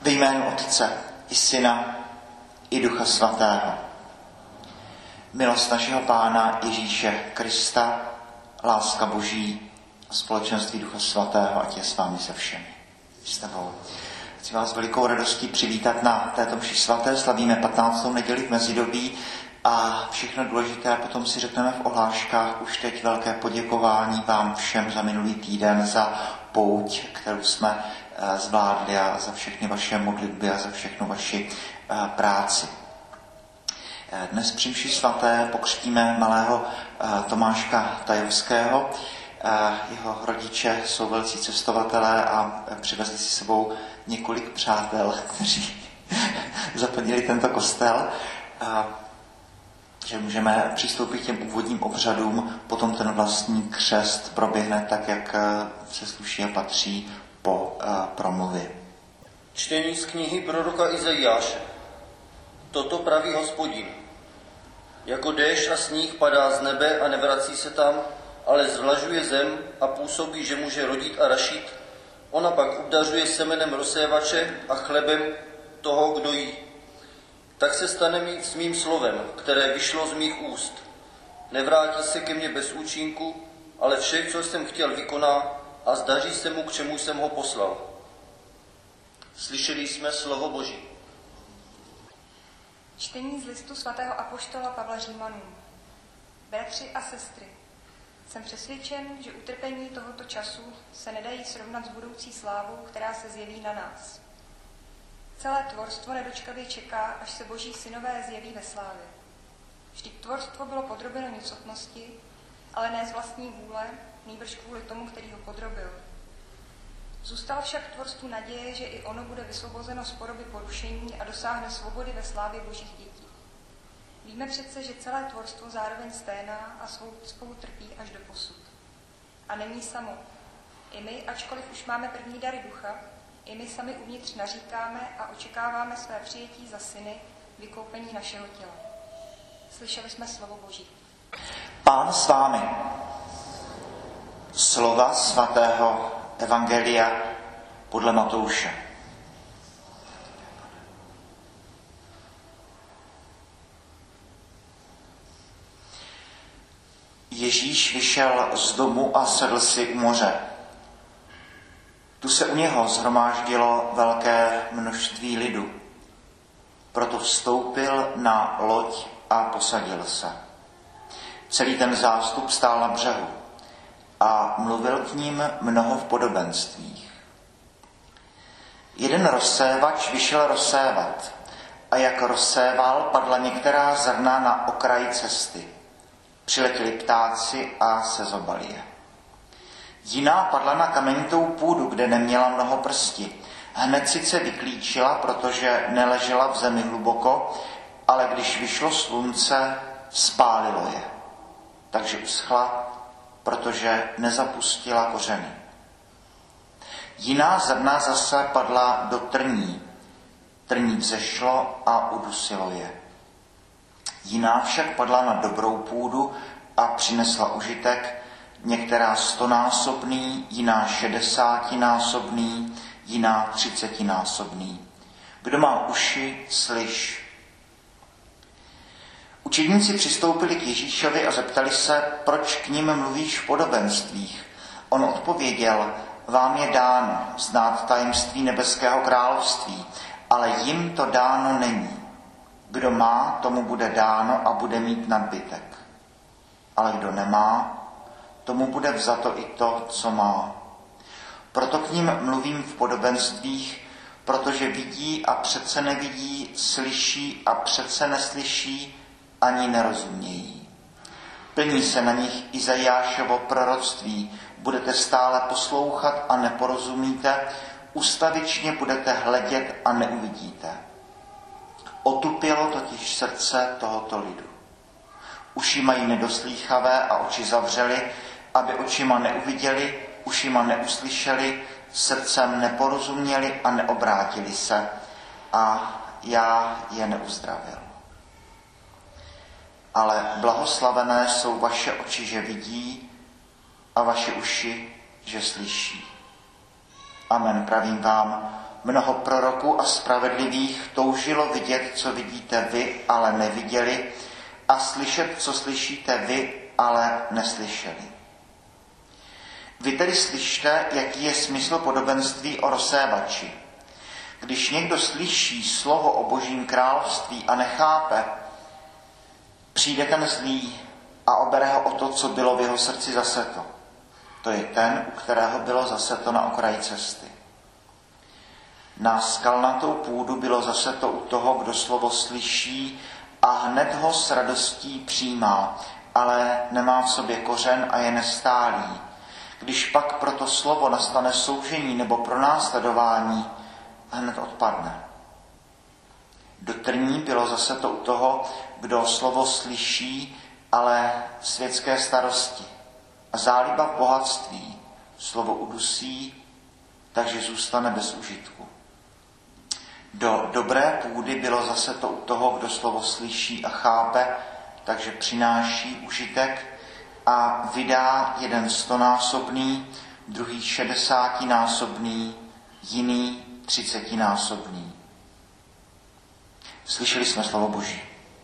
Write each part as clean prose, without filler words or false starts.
Ve jménu Otce i Syna i Ducha Svatého. Milost našeho Pána Ježíše Krista, láska Boží a společenství Ducha Svatého, ať je s vámi se všemi. S tebou. Chci vás velikou radostí přivítat na této mši svaté. Slavíme 15. neděli v mezidobí a všechno důležité potom si řekneme v ohláškách. Už teď velké poděkování vám všem za minulý týden, za pouť, kterou jsme zvládli a za všechny vaše modlitby a za všechnu vaši práci. Dnes při mši svaté pokřtíme malého Tomáška Tajovského. Jeho rodiče jsou velcí cestovatelé a přivezli si sebou několik přátel, kteří zaplnili tento kostel. Že můžeme přistoupit k těm úvodním obřadům, potom ten vlastní křest proběhne tak, jak se sluší a patří po promluvě. Čtení z knihy proroka Izajáše. Toto praví Hospodin. Jako déšť a sníh padá z nebe a nevrací se tam, ale zvlažuje zem a působí, že může rodit a rašit. Ona pak obdařuje semenem rozsévače a chlebem toho, kdo jí. Tak se stane mi s mým slovem, které vyšlo z mých úst. Nevrátí se ke mně bez účinku, ale vše, co jsem chtěl, vykoná a zdaří se mu, k čemu jsem ho poslal. Slyšeli jsme slovo Boží. Čtení z listu svatého apoštola Pavla Římanům. Bratři a sestry, jsem přesvědčen, že utrpení tohoto času se nedají srovnat s budoucí slávou, která se zjeví na nás. Celé tvorstvo nedočkavě čeká, až se Boží synové zjeví ve slávě. Vždyť tvorstvo bylo podrobeno nicotnosti, ale ne z vlastní vůle, nýbrž kvůli tomu, který ho podrobil. Zůstala však tvorstvu naděje, že i ono bude vysvobozeno z podoby porušení a dosáhne svobody ve slávě Božích dětí. Víme přece, že celé tvorstvo zároveň sténá a spolu trpí až do posud. A není samo. I my, ačkoliv už máme první dary ducha, i my sami uvnitř naříkáme a očekáváme své přijetí za syny, vykoupení našeho těla. Slyšeli jsme slovo Boží. Pán s vámi. Slova svatého Evangelia podle Matouše. Ježíš vyšel z domu a sedl si u moře. Tu se u něho shromáždilo velké množství lidu. Proto vstoupil na loď a posadil se. Celý ten zástup stál na břehu a mluvil k ním mnoho v podobenstvích. Jeden rozsévač vyšel rozsévat a jak rozséval, padla některá zrna na okraji cesty. Přiletěli ptáci a sezobali je. Jiná padla na kamenitou půdu, kde neměla mnoho prsti. Hned sice vyklíčila, protože neležela v zemi hluboko, ale když vyšlo slunce, spálilo je. Takže uschla, protože nezapustila kořeny. Jiná zrna zase padla do trní. Trní vzešlo a udusilo je. Jiná však padla na dobrou půdu a přinesla užitek, některá 100násobný, jiná 60násobný, jiná 30násobný. Kdo má uši, slyš. Učedníci přistoupili k Ježíšovi a zeptali se, proč k nim mluvíš v podobenstvích. On odpověděl, vám je dáno znát tajemství nebeského království, ale jim to dáno není. Kdo má, tomu bude dáno a bude mít nadbytek. Ale kdo nemá, tomu bude vzato i to, co má. Proto k ním mluvím v podobenstvích, protože vidí a přece nevidí, slyší a přece neslyší, ani nerozumějí. Plní se na nich Izajášovo proroctví, budete stále poslouchat a neporozumíte, ustavičně budete hledět a neuvidíte. Otupělo totiž srdce tohoto lidu. Uši mají nedoslýchavé a oči zavřeli, aby očima neuviděli, ušima neuslyšeli, srdcem neporozuměli a neobrátili se. A já je neuzdravil. Ale blahoslavené jsou vaše oči, že vidí, a vaše uši, že slyší. Amen, pravím vám, Mnoho proroků a spravedlivých toužilo vidět, co vidíte vy, ale neviděli, a slyšet, co slyšíte vy, ale neslyšeli. Vy tedy slyšte, jaký je smysl podobenství o rozsévači. Když někdo slyší slovo o Božím království a nechápe, přijde ten zlý a obere ho o to, co bylo v jeho srdci zaseto. To je ten, u kterého bylo zaseto na okraji cesty. Na skalnatou půdu bylo zaseto u toho, kdo slovo slyší a hned ho s radostí přijímá, ale nemá v sobě kořen a je nestálý. Když pak pro to slovo nastane soužení nebo pronásledování, hned odpadne. Do trní bylo zaseto u toho, kdo slovo slyší, ale světské starosti a záliba v bohatství slovo udusí, takže zůstane bez užitku. Do dobré půdy bylo zaseto u toho, kdo slovo slyší a chápe, takže přináší užitek a vydá jeden 100násobný, druhý 60násobný, jiný 30násobný. Slyšeli jsme slovo Boží.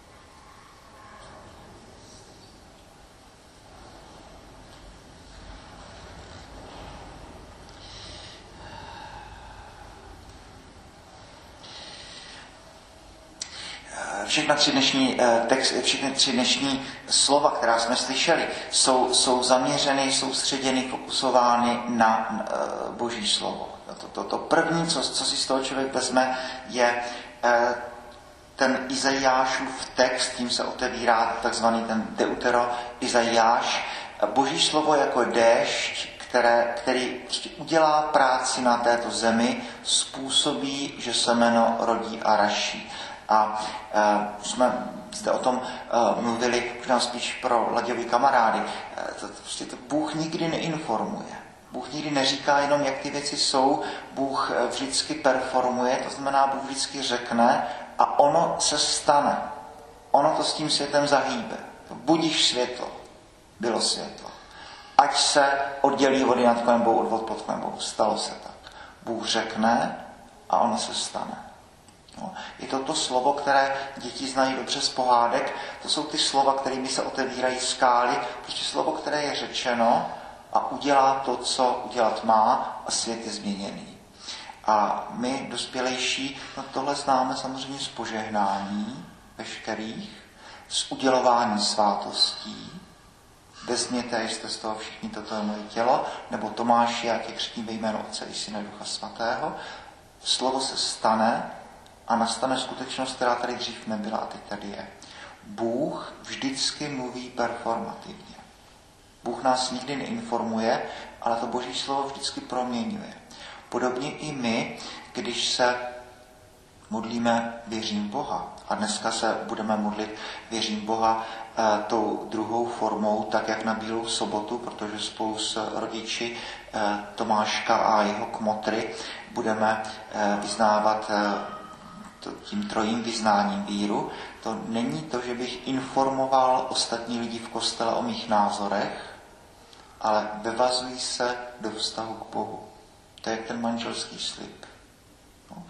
Všechny tři dnešní slova, která jsme slyšeli, jsou zaměřeny, soustředěny, fokusovány na Boží slovo. To první, co si z toho člověk vezme, je ten Izajášův text, tím se otevírá takzvaný ten Deutero Izajáš. Boží slovo jako déšť, který prostě udělá práci na této zemi, způsobí, že semeno rodí a raší. A jsme zde o tom mluvili, možná spíš pro Laďovi kamarády. Bůh nikdy neinformuje. Bůh nikdy neříká jenom, jak ty věci jsou. Bůh vždycky performuje, to znamená, Bůh vždycky řekne a ono se stane. Ono to s tím světem zahýbe. Budiš světlo. Bylo světlo. Ať se oddělí vody nad klenbou od vod pod klenbou. Stalo se tak. Bůh řekne a ono se stane. No, je to slovo, které děti znají dobře z pohádek. To jsou ty slova, kterými se otevírají skály. Prostě slovo, které je řečeno a udělá to, co udělat má a svět je změněný. A my, dospělejší, tohle známe samozřejmě z požehnání veškerých, z udělování svátostí. Vezměte, jste z toho všichni, toto je moje tělo, nebo Tomáši, já tě křtím ve jménu Otce i Syna Ducha Svatého. Slovo se stane a nastane skutečnost, která tady dřív nebyla a teď tady je. Bůh vždycky mluví performativně. Bůh nás nikdy neinformuje, ale to Boží slovo vždycky proměňuje. Podobně i my, když se modlíme věřím Boha. A dneska se budeme modlit věřím Boha tou druhou formou, tak jak na Bílou sobotu, protože spolu s rodiči Tomáška a jeho kmotry budeme vyznávat tím trojím vyznáním víru. To není to, že bych informoval ostatní lidi v kostele o mých názorech, ale vyvazují se do vztahu k Bohu. To je ten manželský slib. No.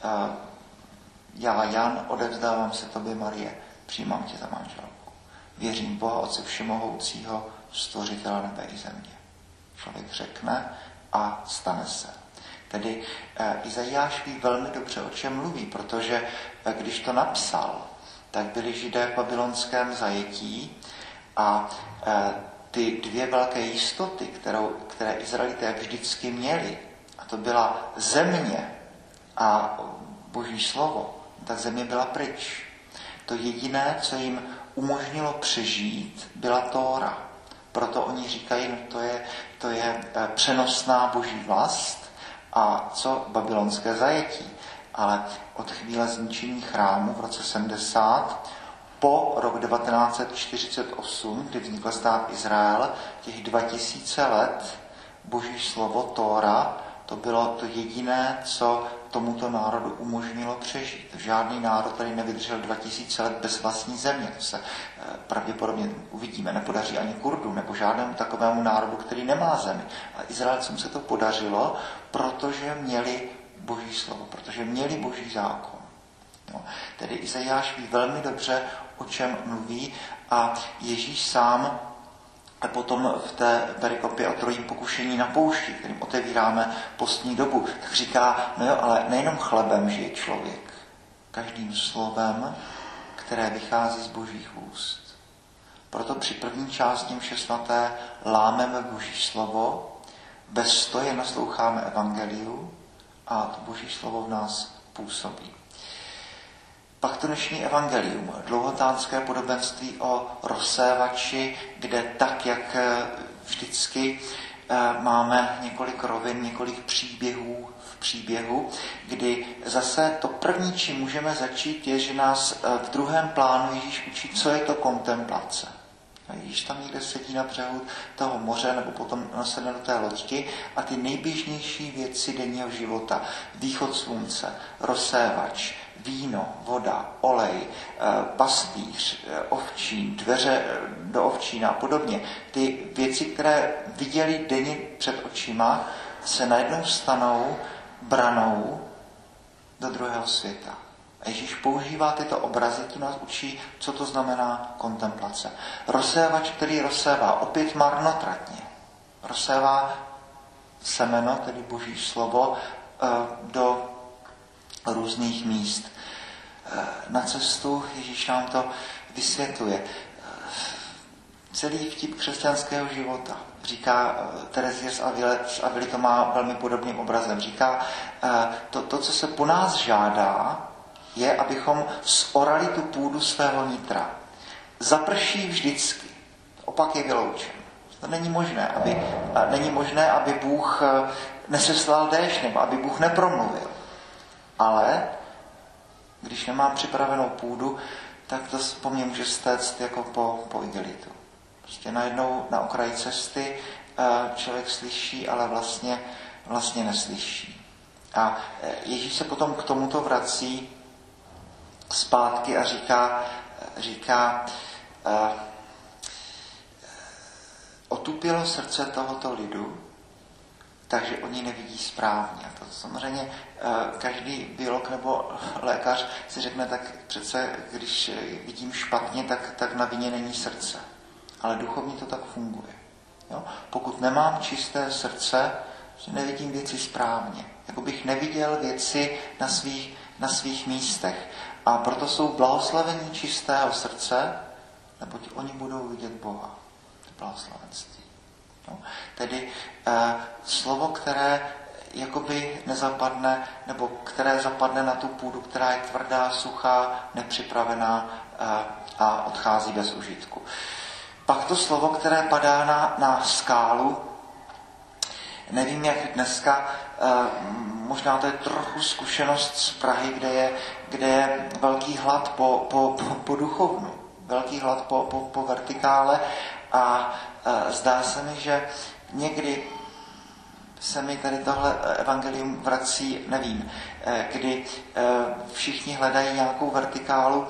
Já, Jan, odevzdávám se tobě, Marie, přijímám tě za manželku. Věřím Boha, Otce všemohoucího, stvořitele nebe i země. Člověk řekne a stane se. Tedy Izajáš ví velmi dobře, o čem mluví, protože když to napsal, tak byli Židé v babylonském zajetí a ty dvě velké jistoty, které Izraelité vždycky měli, a to byla země a Boží slovo, ta země byla pryč. To jediné, co jim umožnilo přežít, byla Tóra. Proto oni říkají, no to je přenosná Boží vlast a co babylonské zajetí. Ale od chvíle zničení chrámu v roce 70 po rok 1948, kdy vznikl stát Izrael, těch 2000 let Boží slovo Tóra, to bylo to jediné, co tomuto národu umožnilo přežít. Žádný národ tady nevydržel 2000 let bez vlastní země. To se pravděpodobně uvidíme. Nepodaří ani Kurdům nebo žádnému takovému národu, který nemá zemi. A Izraelcům se to podařilo, protože měli Boží slovo, protože měli Boží zákon. Jo. Tedy Izajáš ví velmi dobře, o čem mluví, a Ježíš sám potom v té perikopě o trojím pokušení na poušti, kterým otevíráme postní dobu, tak říká, no jo, ale nejenom chlebem žije člověk, každým slovem, které vychází z Božích úst. Proto při první části mše svaté lámeme Boží slovo, bez stoje nasloucháme evangeliu a to Boží slovo v nás působí. Pak to dnešní evangelium, dlouhotánské podobenství o rozsévači, kde tak, jak vždycky máme několik rovin, několik příběhů v příběhu, kdy zase to první, čím můžeme začít, je, že nás v druhém plánu Ježíš učí, co je to kontemplace. Ježíš tam někde sedí na břehu toho moře nebo potom nasedne do té loďky a ty nejběžnější věci denního života, východ slunce, rozsévač, víno, voda, olej, pastýř, ovčín, dveře do ovčína a podobně. Ty věci, které viděli denně před očima, se najednou stanou branou do druhého světa. A Ježíš používá tyto obrazy, tím nás učí, co to znamená kontemplace. Rozsévač, který rozsévá opět marnotratně. Rozsévá semeno, tedy Boží slovo, do různých míst. Na cestu Ježíš nám to vysvětluje. Celý vtip křesťanského života. Říká Terezie z Avily, to má velmi podobným obrazem. Říká, to, co se po nás žádá, je, abychom zorali tu půdu svého nitra. Zaprší vždycky. Opak je vyloučen. To není možné, aby Bůh neseslal déšť, nebo aby Bůh nepromluvil. Ale když nemám připravenou půdu, tak to po mně může stéct jako po igelitu. Prostě najednou na okraji cesty člověk slyší, ale vlastně neslyší. A Ježíš se potom k tomuto vrací zpátky a říká otupělo srdce tohoto lidu, takže oni nevidí správně. A to samozřejmě každý biolog nebo lékař si řekne, tak přece, když vidím špatně, tak na vině není srdce. Ale duchovně to tak funguje. Jo? Pokud nemám čisté srdce, nevidím věci správně. Jako bych neviděl věci na svých místech. A proto jsou blahoslavení čistého srdce, neboť oni budou vidět Boha. To blahoslavenství. No? Tedy slovo, které jakoby nezapadne, nebo které zapadne na tu půdu, která je tvrdá, suchá, nepřipravená a odchází bez užitku. Pak to slovo, které padá na skálu, nevím jak dneska, možná to je trochu zkušenost z Prahy, kde je velký hlad po duchovnu, velký hlad po vertikále a zdá se mi, že někdy se mi tady tohle evangelium vrací, nevím, kdy všichni hledají nějakou vertikálu,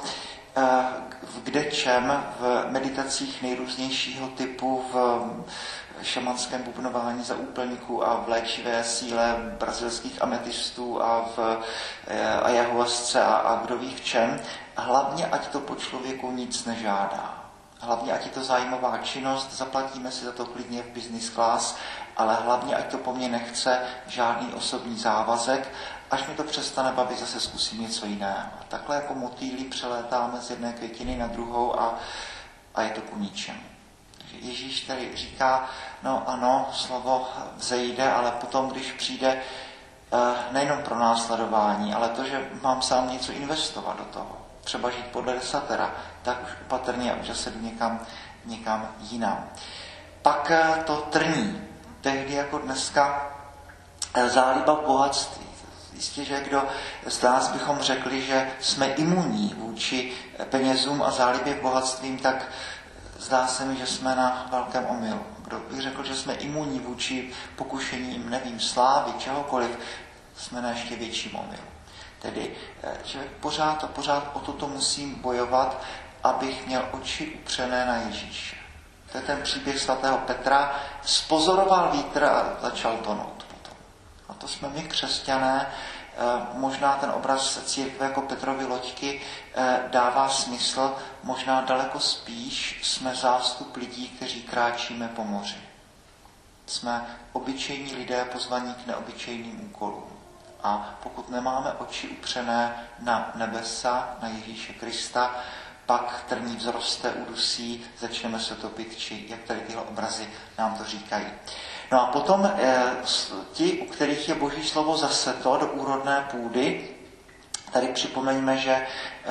v kdečem, v meditacích nejrůznějšího typu, v šamanském bubnování za úplníků a v léčivé síle brazilských ametistů a v ayahuasce a kdo ví v čem. Hlavně, ať to po člověku nic nežádá. Hlavně, ať je to zájmová činnost, zaplatíme si za to klidně v business class, ale hlavně, ať to po mně nechce žádný osobní závazek, až mi to přestane bavit, zase zkusím něco jiného. Takhle jako motýlí přelétáme z jedné květiny na druhou a je to ku ničemu. Takže Ježíš tady říká, no ano, slovo vzejde, ale potom, když přijde nejenom pro následování, ale to, že mám sám něco investovat do toho, třeba žít podle desatera, tak už opatrně už zase jdu někam jinam. Pak to trní. Tehdy jako dneska záliba v bohatství. Jistě, že kdo z nás bychom řekli, že jsme imunní vůči penězům a zálibě v bohatstvím, tak zdá se mi, že jsme na velkém omylu. Kdo by řekl, že jsme imunní vůči pokušením, nevím, slávy, čehokoliv, jsme na ještě větším omylu. Tedy člověk pořád o toto musím bojovat, abych měl oči upřené na Ježíše. To je ten příběh svatého Petra. Spozoroval vítr a začal tonout potom. A to jsme my, křesťané, Možná ten obraz církve jako Petrovy loďky dává smysl, možná daleko spíš jsme zástup lidí, kteří kráčíme po moři. Jsme obyčejní lidé pozvaní k neobyčejným úkolům. A pokud nemáme oči upřené na nebesa, na Ježíše Krista, pak trní vzroste, udusí, začneme se topit, či jak tady tyhle obrazy nám to říkají. No a potom ti, u kterých je Boží slovo zaseto do úrodné půdy, tady připomeňme, že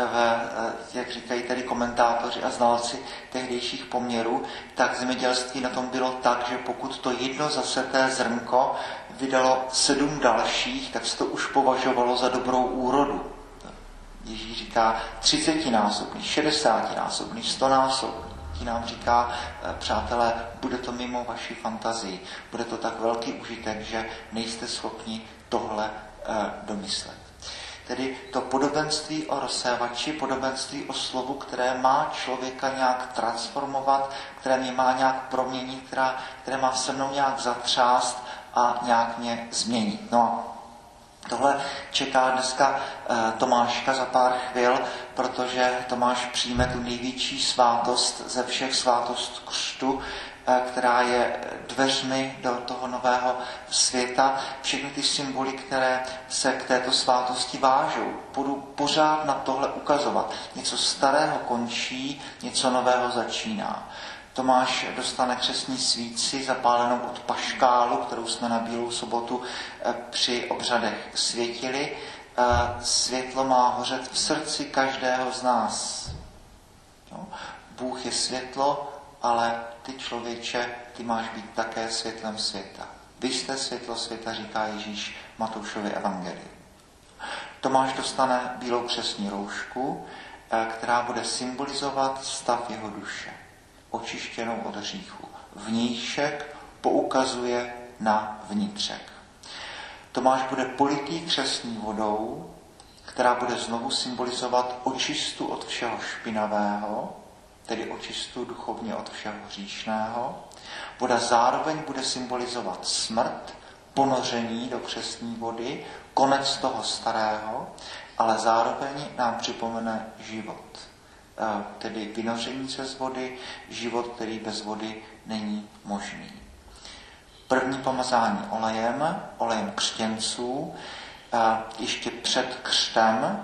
jak říkají tady komentátoři a znalci tehdejších poměrů, tak zemědělství na tom bylo tak, že pokud to jedno zaseté zrnko vydalo 7 dalších, tak se to už považovalo za dobrou úrodu. Ježíš říká 30násobný, 60násobný, 100násobný. Tím nám říká, přátelé, bude to mimo vaši fantazii. Bude to tak velký užitek, že nejste schopni tohle domyslet. Tedy to podobenství o rozsévači, podobenství o slovu, které má člověka nějak transformovat, které mě má nějak proměnit, které má se mnou nějak zatřást a nějak mě změnit. No a tohle čeká dneska Tomáška za pár chvil, protože Tomáš přijme tu největší svátost ze všech svátost křtu, která je dveřmi do toho nového světa. Všechny ty symboly, které se k této svátosti vážou, budu pořád na tohle ukazovat. Něco starého končí, něco nového začíná. Tomáš dostane křestní svíci zapálenou od paškálu, kterou jsme na Bílou sobotu při obřadech světili. Světlo má hořet v srdci každého z nás. Bůh je světlo, ale ty, člověče, ty máš být také světlem světa. Vy jste světlo světa, říká Ježíš Matoušově evangeliu. Tomáš dostane bílou křestní roušku, která bude symbolizovat stav jeho duše, očištěnou od hříchu. Vnějšek poukazuje na vnitřek. Tomáš bude politý křestní vodou, která bude znovu symbolizovat očistu od všeho špinavého, tedy očistu duchovně od všeho hříšného. Voda zároveň bude symbolizovat smrt, ponoření do křestní vody, konec toho starého, ale zároveň nám připomene život. Tedy vynoření se z vody, život, který bez vody není možný. První pomazání olejem křtěnců, ještě před křtem,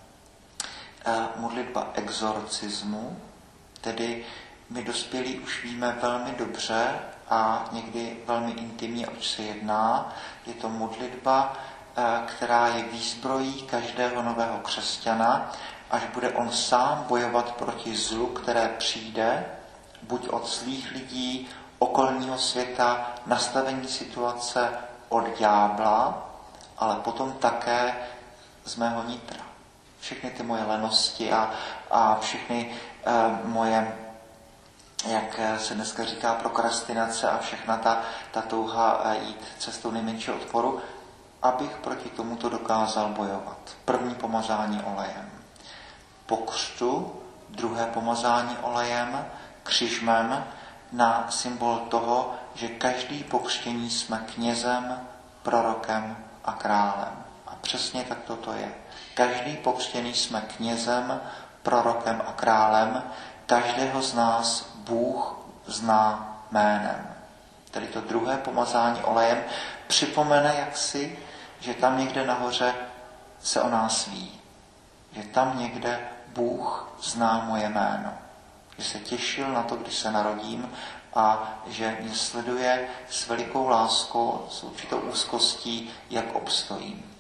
modlitba exorcismu, tedy my dospělí už víme velmi dobře a někdy velmi intimně, oč se jedná. Je to modlitba, která je výzbrojí každého nového křesťana, až bude on sám bojovat proti zlu, které přijde, buď od zlých lidí, okolního světa, nastavení situace od ďábla, ale potom také z mého nitra. Všechny ty moje lenosti a všechny moje, jak se dneska říká, prokrastinace a všechna ta touha jít cestou nejmenšího odporu, abych proti tomuto dokázal bojovat. První pomazání olejem. Po křtu druhé pomazání olejem, křižmem, na symbol toho, že každý po křtění jsme knězem, prorokem a králem. A přesně tak toto je. Každý pokřtěný jsme knězem, prorokem a králem, každého z nás Bůh zná jménem. Tedy to druhé pomazání olejem připomene jaksi, že tam někde nahoře se o nás ví. Že tam někde Bůh zná moje jméno. Že se těšil na to, když se narodím a že mě sleduje s velikou láskou, s určitou úzkostí, jak obstojím.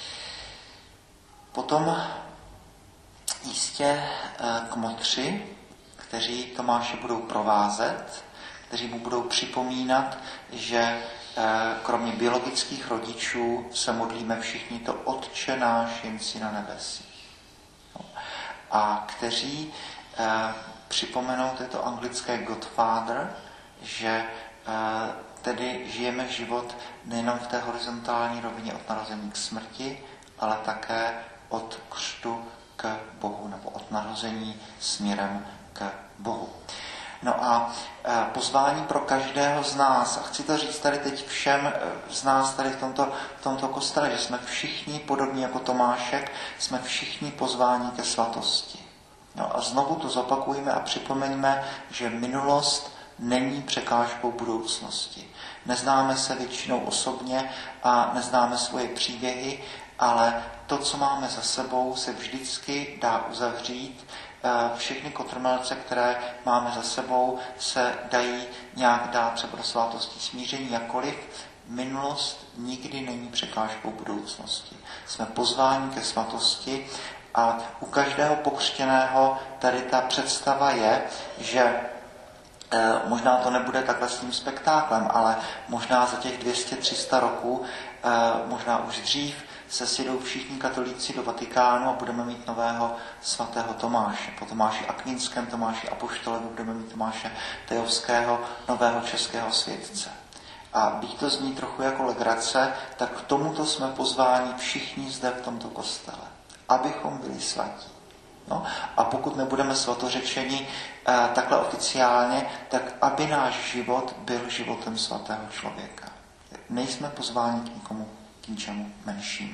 Potom jistě kmotři, kteří Tomáše budou provázet, kteří mu budou připomínat, že kromě biologických rodičů se modlíme všichni to Otče náš, jen si na nebesích. A kteří připomenou této anglické Godfather, že tedy žijeme život nejenom v té horizontální rovině od narození k smrti, ale také od křtu k Bohu, nebo od narození směrem k Bohu. No a pozvání pro každého z nás, a chci to říct tady teď všem z nás tady v tomto kostele, že jsme všichni podobní jako Tomášek, jsme všichni pozváni ke svatosti. No a znovu to zopakujeme a připomeňme, že minulost není překážkou budoucnosti. Neznáme se většinou osobně a neznáme svoje příběhy, ale to, co máme za sebou, se vždycky dá uzavřít. Všechny kotrmelce, které máme za sebou, se dají nějak dát třeba do svátosti smíření, jakkoliv. Minulost nikdy není překážkou budoucnosti. Jsme pozváni ke svatosti a u každého pokřtěného tady ta představa je, že možná to nebude takhle s tím spektáklem, ale možná za těch 200-300 roků, možná už dřív, se sjedou všichni katolíci do Vatikánu a budeme mít nového svatého Tomáše. Po Tomáši Akvinském, Tomáši Apoštolovi budeme mít Tomáše Tejovského, nového českého světce. A byť to zní trochu jako legrace, tak k tomuto jsme pozváni všichni zde v tomto kostele, abychom byli svatí. No, a pokud nebudeme svatořečeni takhle oficiálně, tak aby náš život byl životem svatého člověka. Nejsme pozváni k nikomu, k ničemu menšímu.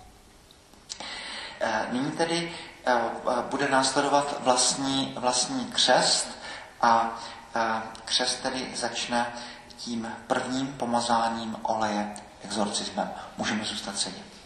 Nyní tedy bude následovat vlastní křest a křest tedy začne tím prvním pomazáním oleje exorcismem. Můžeme zůstat sedět.